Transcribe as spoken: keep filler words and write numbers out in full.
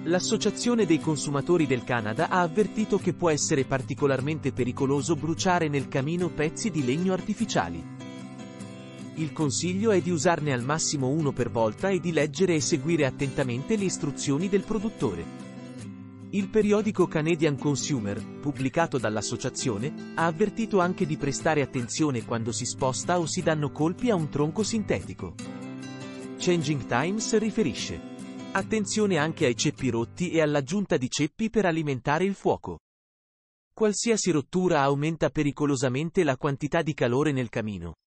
L'Associazione dei consumatori del Canada ha avvertito che può essere particolarmente pericoloso bruciare nel camino pezzi di legno artificiali. Il consiglio è di usarne al massimo uno per volta e di leggere e seguire attentamente le istruzioni del produttore. Il periodico Canadian Consumer, pubblicato dall'associazione, ha avvertito anche di prestare attenzione quando si sposta o si danno colpi a un tronco sintetico. Changing Times riferisce: attenzione anche ai ceppi rotti e all'aggiunta di ceppi per alimentare il fuoco. Qualsiasi rottura aumenta pericolosamente la quantità di calore nel camino.